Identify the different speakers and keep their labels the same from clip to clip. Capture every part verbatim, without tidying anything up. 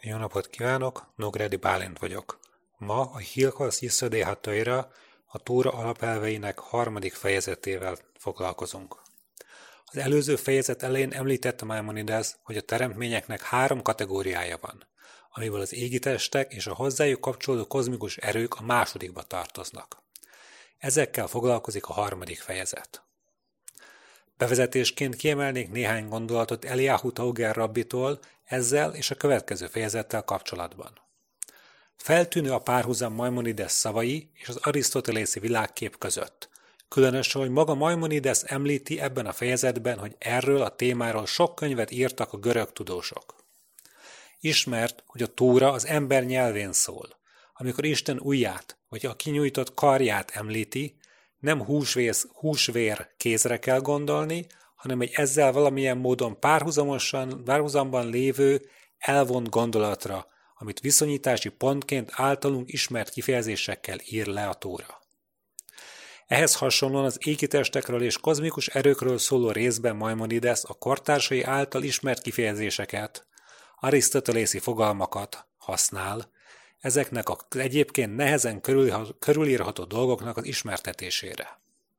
Speaker 1: Jó napot kívánok, Nógrádi Bálint vagyok. Ma a Hilchos Yesodei HaTorah, a Tóra alapelveinek harmadik fejezetével foglalkozunk. Az előző fejezet elején említette Maimonides, hogy a teremtményeknek három kategóriája van, amiből az égitestek és a hozzájuk kapcsolódó kozmikus erők a másodikba tartoznak. Ezekkel foglalkozik a harmadik fejezet. Bevezetésként kiemelnék néhány gondolatot Eliyahu Tauger rabbitól ezzel és a következő fejezettel kapcsolatban. Feltűnő a párhuzam Maimonides szavai és az arisztotelészi világkép között. Különösen, hogy maga Maimonides említi ebben a fejezetben, hogy erről a témáról sok könyvet írtak a görög tudósok. Ismert, hogy a Tóra az ember nyelvén szól. Amikor Isten ujját vagy a kinyújtott karját említi, nem húsvész, húsvér kézre kell gondolni, hanem egy ezzel valamilyen módon párhuzamosan, párhuzamban lévő, elvont gondolatra, amit viszonyítási pontként általunk ismert kifejezésekkel ír le a Tóra. Ehhez hasonlóan az égitestekről és kozmikus erőkről szóló részben Maimonides a kortársai által ismert kifejezéseket, arisztotelészi fogalmakat használ, ezeknek az egyébként nehezen körülírható dolgoknak az ismertetésére.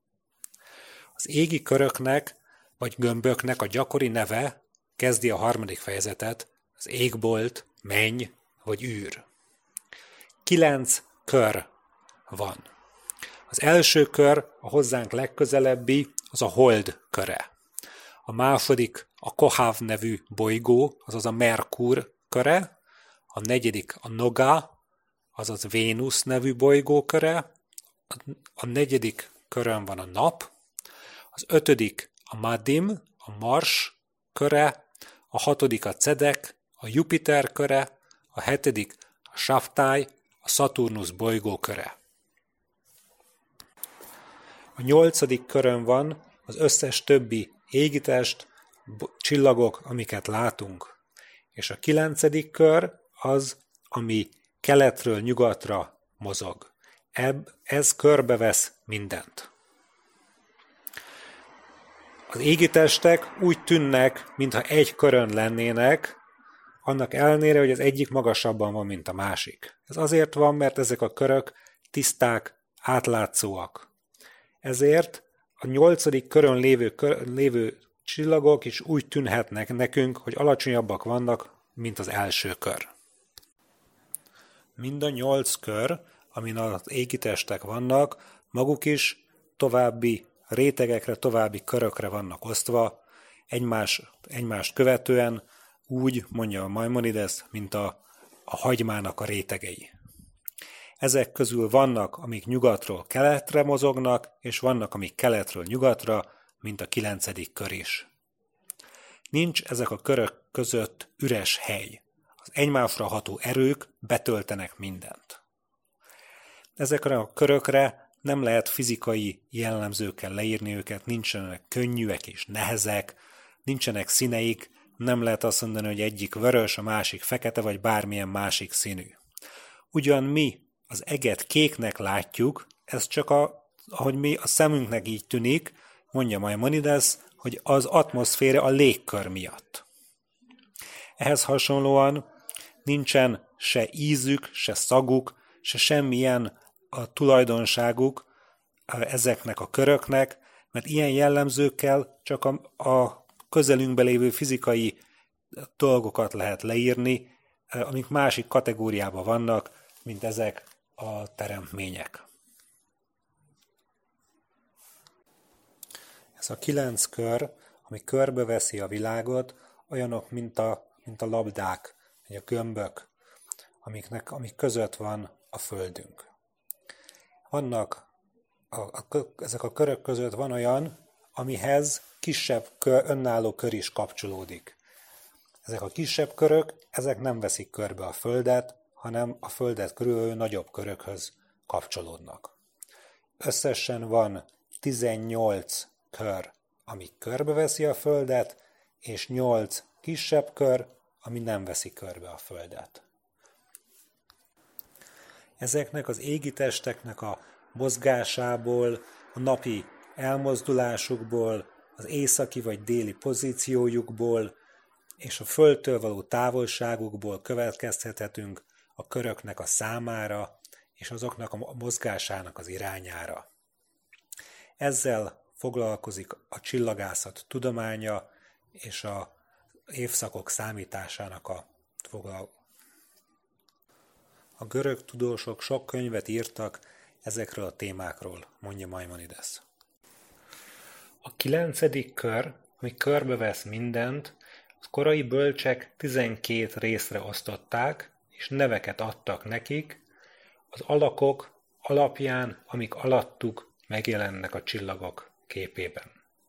Speaker 1: Az égi köröknek vagy gömböknek a gyakori neve kezdi a harmadik fejezetet, az égbolt, menny vagy űr. Kilenc kör van. Az első kör, a hozzánk legközelebbi, az a hold köre. A második a Kohav nevű bolygó, azaz a Merkur köre. A negyedik a Noga, azaz Vénusz nevű bolygó köre. A negyedik körön van a nap. Az ötödik a Maddim, a Mars köre. A hatodik a Cedek, a Jupiter köre. A hetedik a Saftály, a Szaturnusz bolygó köre. A nyolcadik körön van az összes többi égitest, csillagok, amiket látunk. És a kilencedik kör az, ami keletről nyugatra mozog. Ebb, ez körbevesz mindent. Az égitestek úgy tűnnek, mintha egy körön lennének, annak ellenére, hogy az egyik magasabban van, mint a másik. Ez azért van, mert ezek a körök tiszták, átlátszóak. Ezért a nyolcadik körön lévő, kör, lévő csillagok is úgy tűnhetnek nekünk, hogy alacsonyabbak vannak, mint az első kör. Mind a nyolc kör, amin az égitestek vannak, maguk is további rétegekre, további körökre vannak osztva, egymás, egymást követően, úgy mondja a Maimonides, mint a, a hagymának a rétegei. Ezek közül vannak, amik nyugatról keletre mozognak, és vannak, amik keletről nyugatra, mint a kilencedik kör is. Nincs ezek a körök között üres hely. Az egymásra ható erők betöltenek mindent. Ezekre a körökre nem lehet fizikai jellemzőkkel leírni őket, nincsenek könnyűek és nehezek, nincsenek színeik, nem lehet azt mondani, hogy egyik vörös, a másik fekete, vagy bármilyen másik színű. Ugyan mi az eget kéknek látjuk, ez csak a, ahogy mi a szemünknek így tűnik, mondja Maimonides, hogy az atmoszféra a légkör miatt. Ehhez hasonlóan nincsen se ízük, se szaguk, se semmilyen a tulajdonságuk ezeknek a köröknek, mert ilyen jellemzőkkel csak a, a közelünkbe lévő fizikai dolgokat lehet leírni, amik másik kategóriában vannak, mint ezek a teremtmények. Ez a kilenc kör, ami körbeveszi a világot, olyanok, mint a, mint a labdák, vagy a gömbök, amiknek, amik között van a földünk. Vannak, a, a, ezek a körök között van olyan, amihez kisebb kör, önálló kör is kapcsolódik. Ezek a kisebb körök, ezek nem veszik körbe a földet, hanem a földet körülvevő nagyobb körökhöz kapcsolódnak. Összesen van tizennyolc kör, ami körbeveszi a földet, és nyolc kisebb kör, ami nem veszi körbe a földet. Ezeknek az égitesteknek a mozgásából, a napi elmozdulásukból, az északi vagy déli pozíciójukból, és a Földtől való távolságukból következtethetünk a köröknek a számára és azoknak a mozgásának az irányára. Ezzel foglalkozik a csillagászat tudománya és az évszakok számításának a foglalkozása. A görög tudósok sok könyvet írtak ezekről a témákról, mondja Maimonides. A kilencedik kör, ami körbevesz mindent, az korai bölcsek tizenkét részre osztották, és neveket adtak nekik, az alakok alapján, amik alattuk megjelennek a csillagok képében.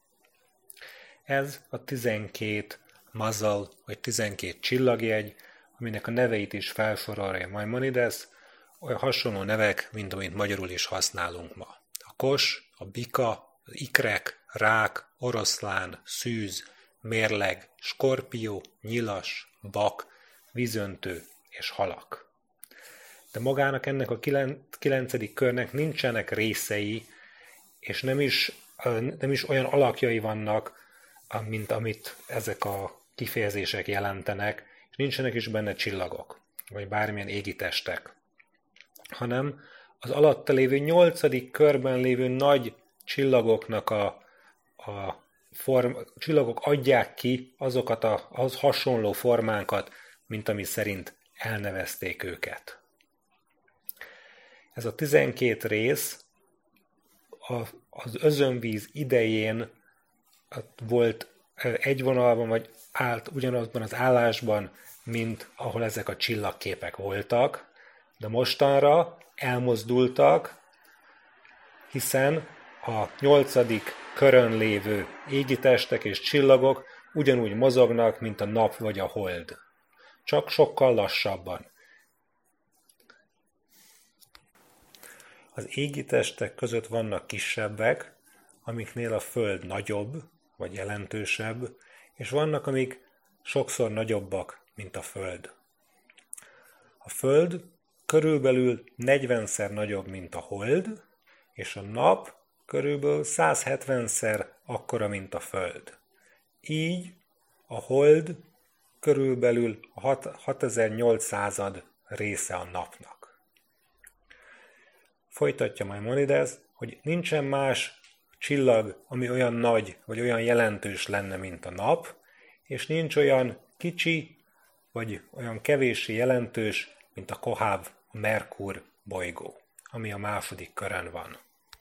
Speaker 1: Ez a tizenkét mazal, vagy tizenkét csillagjegy, aminek a neveit is felsorolja Maimonides, olyan hasonló nevek, mint amit magyarul is használunk ma. A kos, a bika, az ikrek, rák, oroszlán, szűz, mérleg, skorpió, nyilas, bak, vízöntő és halak. De magának ennek a kilencedik körnek nincsenek részei, és nem is, nem is olyan alakjai vannak, mint amit ezek a kifejezések jelentenek, és nincsenek is benne csillagok, vagy bármilyen égitestek, hanem az alatta lévő nyolcadik körben lévő nagy csillagoknak a, a form, csillagok adják ki azokat a, az hasonló formánkat, mint ami szerint elnevezték őket. Ez a tizenkét rész a, az özönvíz idején volt egy vonalban, vagy állt ugyanazban az állásban, mint ahol ezek a csillagképek voltak, de mostanra elmozdultak, hiszen a nyolcadik körön lévő égitestek és csillagok ugyanúgy mozognak, mint a nap vagy a hold. Csak sokkal lassabban. Az égitestek között vannak kisebbek, amiknél a Föld nagyobb, vagy jelentősebb, és vannak, amik sokszor nagyobbak, mint a Föld. A Föld körülbelül negyvenszer nagyobb, mint a hold, és a nap körülbelül száz hetvenszer akkora, mint a Föld. Így a hold körülbelül hatezer-nyolcszázad része a napnak. Folytatja Maimonides, hogy nincsen más csillag, ami olyan nagy, vagy olyan jelentős lenne, mint a nap, és nincs olyan kicsi, vagy olyan kevéssé jelentős, mint a Koháv, a Merkur bolygó, ami a második körön van.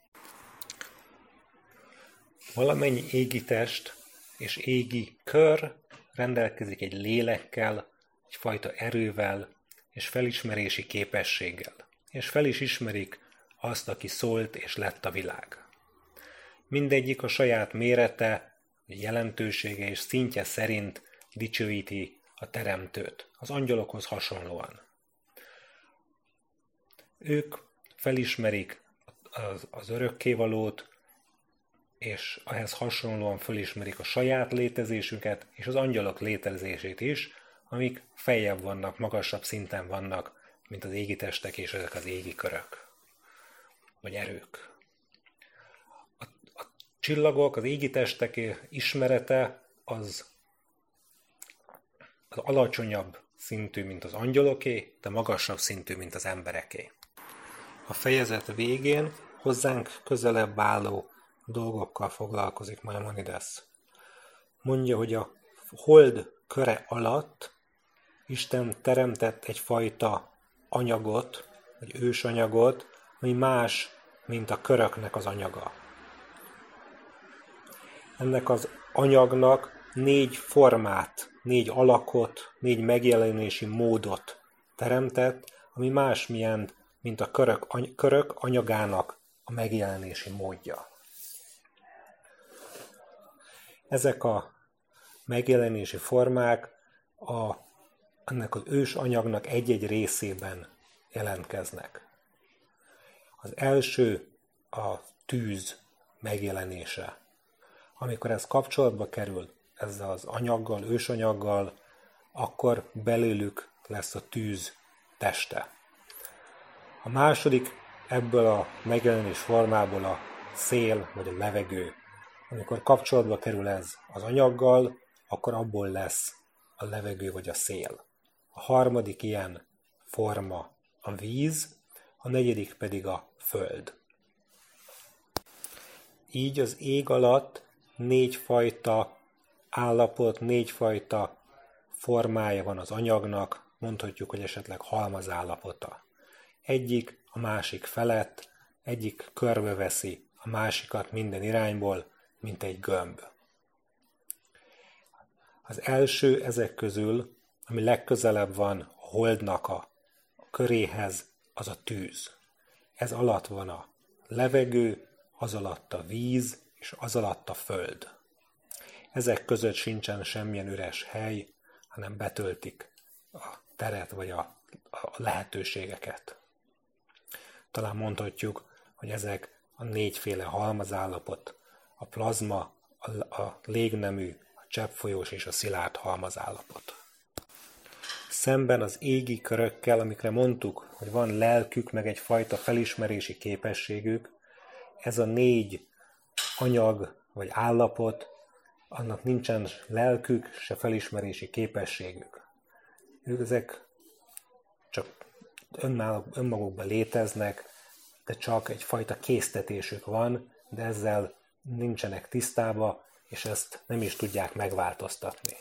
Speaker 1: Valamennyi égi test és égi kör rendelkezik egy lélekkel, egyfajta erővel és felismerési képességgel, és fel is ismerik azt, aki szólt és lett a világ. Mindegyik a saját mérete, jelentősége és szintje szerint dicsőíti a teremtőt, az angyalokhoz hasonlóan. Ők felismerik az, az örökkévalót, és ehhez hasonlóan felismerik a saját létezésüket, és az angyalok létezését is, amik feljebb vannak, magasabb szinten vannak, mint az égitestek és ezek az égi körök, vagy erők. A, a csillagok, az égitestek ismerete az, az alacsonyabb szintű, mint az angyaloké, de magasabb szintű, mint az embereké. A fejezet végén hozzánk közelebb álló dolgokkal foglalkozik Maimonides. Mondja, hogy a hold köre alatt Isten teremtett egyfajta anyagot, egy ősanyagot, ami más, mint a köröknek az anyaga. Ennek az anyagnak négy formát, négy alakot, négy megjelenési módot teremtett, ami másmilyen, mint a körök, any- körök anyagának a megjelenési módja. Ezek a megjelenési formák a, ennek az ős anyagnak egy-egy részében jelentkeznek. Az első a tűz megjelenése. Amikor ez kapcsolatba kerül ezzel az anyaggal, ősanyaggal, akkor belőlük lesz a tűz teste. A második ebből a megjelenés formából a szél vagy a levegő. Amikor kapcsolatba kerül ez az anyaggal, akkor abból lesz a a levegő vagy a szél. A harmadik ilyen forma a víz, a negyedik pedig a föld. Így az ég alatt négyfajta állapot, négyfajta formája van az anyagnak, mondhatjuk, hogy esetleg halmazállapota. Egyik a másik felett, egyik körbeveszi a másikat minden irányból, mint egy gömb. Az első ezek közül, ami legközelebb van a holdnak a köréhez, az a tűz. Ez alatt van a levegő, az alatt a víz, és az alatt a föld. Ezek között sincsen semmilyen üres hely, hanem betöltik a teret vagy a, a lehetőségeket. Talán mondhatjuk, hogy ezek a négyféle halmazállapot, a plazma, a, a légnemű, a cseppfolyós és a szilárd halmazállapot. Szemben az égi körökkel, amikre mondtuk, hogy van lelkük, meg egyfajta felismerési képességük, ez a négy anyag vagy állapot, annak nincsen lelkük, se felismerési képességük. Ők ezek csak önállók, önmagukban léteznek, de csak egyfajta késztetésük van, de ezzel nincsenek tisztába, és ezt nem is tudják megváltoztatni.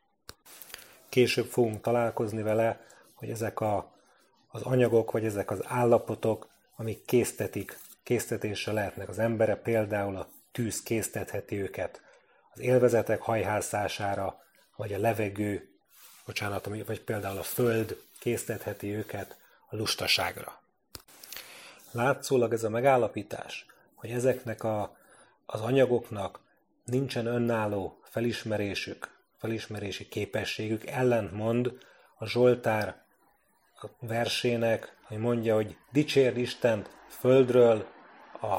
Speaker 1: Később fogunk találkozni vele, hogy ezek a, az anyagok, vagy ezek az állapotok, amik késztetik, késztetéssel lehetnek az embere, például a tűz késztetheti őket az élvezetek hajhászására, vagy a levegő, bocsánat, vagy például a föld késztetheti őket a lustaságra. Látszólag ez a megállapítás, hogy ezeknek a, az anyagoknak nincsen önálló felismerésük, felismerési képességük, ellentmond a Zsoltár versének, hogy mondja, hogy dicsérd Istent földről, a,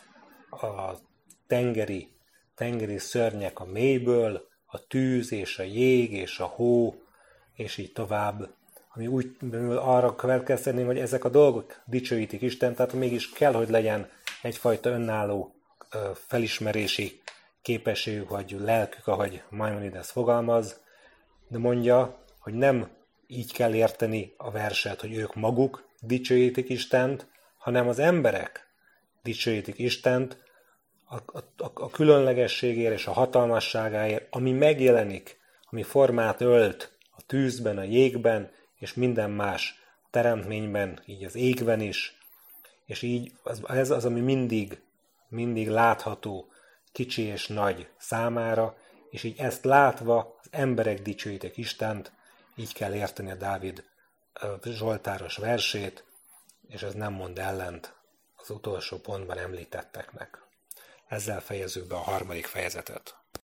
Speaker 1: a tengeri, tengeri szörnyek a mélyből, a tűz és a jég és a hó, és így tovább, ami úgy arra következtetném, hogy ezek a dolgok dicsőítik Istent, tehát mégis kell, hogy legyen egyfajta önálló felismerési képességük, vagy lelkük, ahogy Maimonides fogalmaz, de mondja, hogy nem így kell érteni a verset, hogy ők maguk dicsőítik Istent, hanem az emberek dicsőítik Istent a, a, a különlegességért és a hatalmasságáért, ami megjelenik, ami formát ölt a tűzben, a jégben, és minden más teremtményben, így az égben is, és így ez az, ami mindig, mindig látható, kicsi és nagy számára, és így ezt látva az emberek dicsőítik Istent, így kell érteni a Dávid zsoltáros versét, és ez nem mond ellent az utolsó pontban említetteknek. Ezzel fejezzük be a harmadik fejezetet.